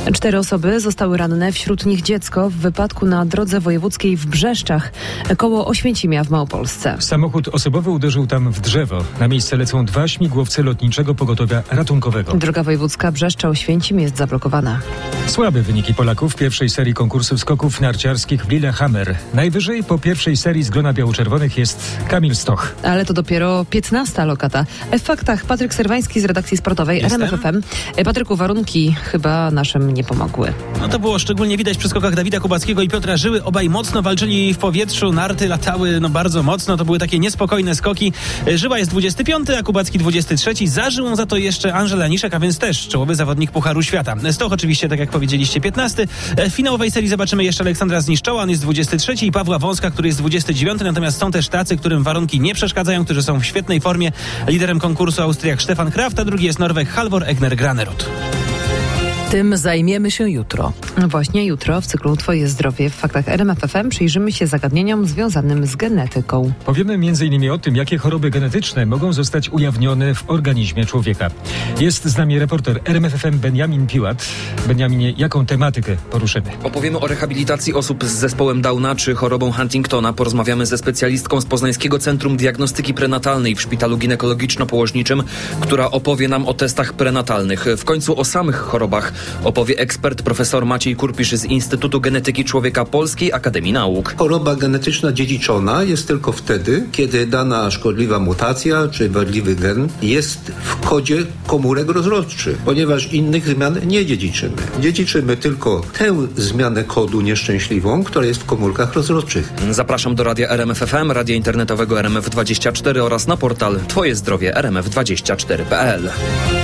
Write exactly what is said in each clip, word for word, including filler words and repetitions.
Cztery osoby zostały ranne, wśród nich dziecko w wypadku na drodze wojewódzkiej w Brzeszczach, koło Oświęcimia w Małopolsce. Samochód osobowy uderzył tam w drzewo. Na miejsce lecą dwa śmigłowce lotniczego pogotowia ratunkowego. Droga wojewódzka Brzeszcza-Oświęcim jest zablokowana. Słabe wyniki Polaków w pierwszej serii konkursu skoków narciarskich w Lillehammer. Najwyżej po pierwszej serii z grona biało-czerwonych jest Kamil Stoch. Ale to dopiero piętnasta lokata. W faktach Patryk Serwański z redakcji sportowej R M F F M. Patryku, warunki chyba naszym nie pomogły. No to było szczególnie widać przy skokach Dawida Kubackiego i Piotra Żyły. Obaj mocno walczyli w powietrzu, narty latały no bardzo mocno. To były takie niespokojne skoki. Żyła jest dwudziesty piąty, a Kubacki dwudziesty trzeci. Za Żyłą za to jeszcze Andrzej Laniszek, a więc też czołowy zawodnik Pucharu Świata. Stoch oczywiście, tak jak powiedzieliście, piętnasty. W finałowej serii zobaczymy jeszcze Aleksandra Zniszczoła, on jest dwudziesty trzeci i Pawła Wąska, który jest dwudziesty dziewiąty. Natomiast są też tacy, którym warunki nie przeszkadzają, którzy są w świetnej formie. Liderem konkursu Austriak Stefan Kraft, a drugi jest Norweg Halvor Egner Granerud. Tym zajmiemy się jutro. No właśnie jutro w cyklu Twoje zdrowie w faktach R M F F M przyjrzymy się zagadnieniom związanym z genetyką. Powiemy między innymi o tym, jakie choroby genetyczne mogą zostać ujawnione w organizmie człowieka. Jest z nami reporter R M F F M Benjamin Piłat. Benjaminie, jaką tematykę poruszymy? Opowiemy o rehabilitacji osób z zespołem Downa czy chorobą Huntingtona. Porozmawiamy ze specjalistką z Poznańskiego Centrum Diagnostyki Prenatalnej w Szpitalu Ginekologiczno-Położniczym, która opowie nam o testach prenatalnych. W końcu o samych chorobach opowie ekspert profesor Maciej Kurpisz z Instytutu Genetyki Człowieka Polskiej Akademii Nauk. Choroba genetyczna dziedziczona jest tylko wtedy, kiedy dana szkodliwa mutacja czy wadliwy gen jest w kodzie komórek rozrodczych, ponieważ innych zmian nie dziedziczymy. Dziedziczymy tylko tę zmianę kodu nieszczęśliwą, która jest w komórkach rozrodczych. Zapraszam do radia R M F F M, radia internetowego R M F dwadzieścia cztery oraz na portal Twoje zdrowie R M F dwadzieścia cztery kropka p l.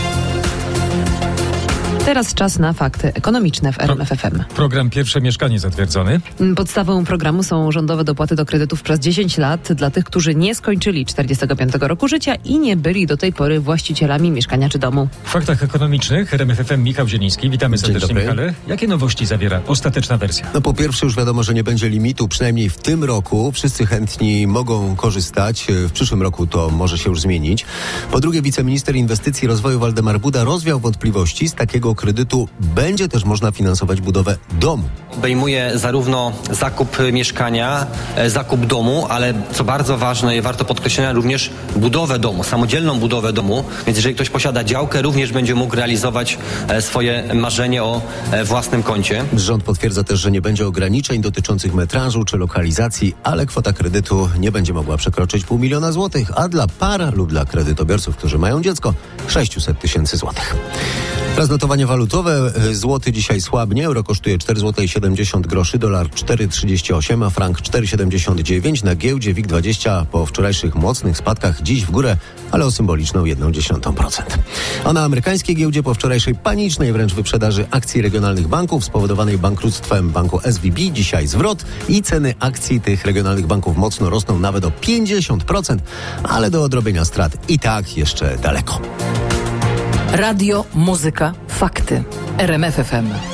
Teraz czas na fakty ekonomiczne w R M F F M. Program Pierwsze Mieszkanie zatwierdzony. Podstawą programu są rządowe dopłaty do kredytów przez dziesięć lat dla tych, którzy nie skończyli czterdziestego piątego roku życia i nie byli do tej pory właścicielami mieszkania czy domu. W faktach ekonomicznych R M F F M Michał Zieliński. Witamy serdecznie, Michale. Jakie nowości zawiera ostateczna wersja? No po pierwsze już wiadomo, że nie będzie limitu, przynajmniej w tym roku. Wszyscy chętni mogą korzystać. W przyszłym roku to może się już zmienić. Po drugie, wiceminister inwestycji i rozwoju Waldemar Buda rozwiał wątpliwości. Z takiego kredytu będzie też można finansować budowę domu. Obejmuje zarówno zakup mieszkania, zakup domu, ale co bardzo ważne i warto podkreślenia, również budowę domu, samodzielną budowę domu. Więc jeżeli ktoś posiada działkę, również będzie mógł realizować swoje marzenie o własnym kącie. Rząd potwierdza też, że nie będzie ograniczeń dotyczących metrażu czy lokalizacji, ale kwota kredytu nie będzie mogła przekroczyć pół miliona złotych, a dla par lub dla kredytobiorców, którzy mają dziecko, sześćset tysięcy złotych. Teraz notowanie walutowe. Złoty dzisiaj słabnie. Euro kosztuje cztery złote siedemdziesiąt groszy, dolar cztery trzydzieści osiem, a frank cztery siedemdziesiąt dziewięć. Na giełdzie W I G dwadzieścia po wczorajszych mocnych spadkach dziś w górę, ale o symboliczną jedną dziesiątą procent. A na amerykańskiej giełdzie po wczorajszej panicznej wręcz wyprzedaży akcji regionalnych banków spowodowanej bankructwem banku S V B dzisiaj zwrot i ceny akcji tych regionalnych banków mocno rosną nawet o pięćdziesiąt procent, ale do odrobienia strat i tak jeszcze daleko. Radio, muzyka, fakty. R M F F M.